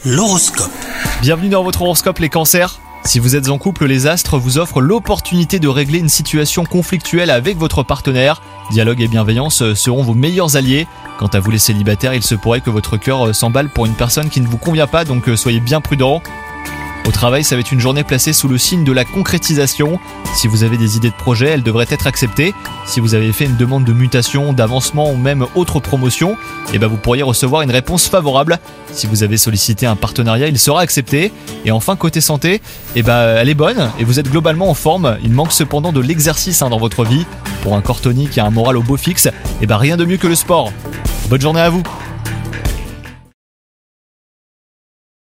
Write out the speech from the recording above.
L'horoscope. Bienvenue dans votre horoscope les cancers. Si vous êtes en couple, les astres vous offrent l'opportunité de régler une situation conflictuelle avec votre partenaire. Dialogue et bienveillance seront vos meilleurs alliés. Quant à vous les célibataires, il se pourrait que votre cœur s'emballe pour une personne qui ne vous convient pas, donc soyez bien prudents. Au travail, ça va être une journée placée sous le signe de la concrétisation. Si vous avez des idées de projet, elles devraient être acceptées. Si vous avez fait une demande de mutation, d'avancement ou même autre promotion, vous pourriez recevoir une réponse favorable. Si vous avez sollicité un partenariat, il sera accepté. Et enfin, côté santé, elle est bonne et vous êtes globalement en forme. Il manque cependant de l'exercice dans votre vie. Pour un corps tonique et un moral au beau fixe, rien de mieux que le sport. Bonne journée à vous.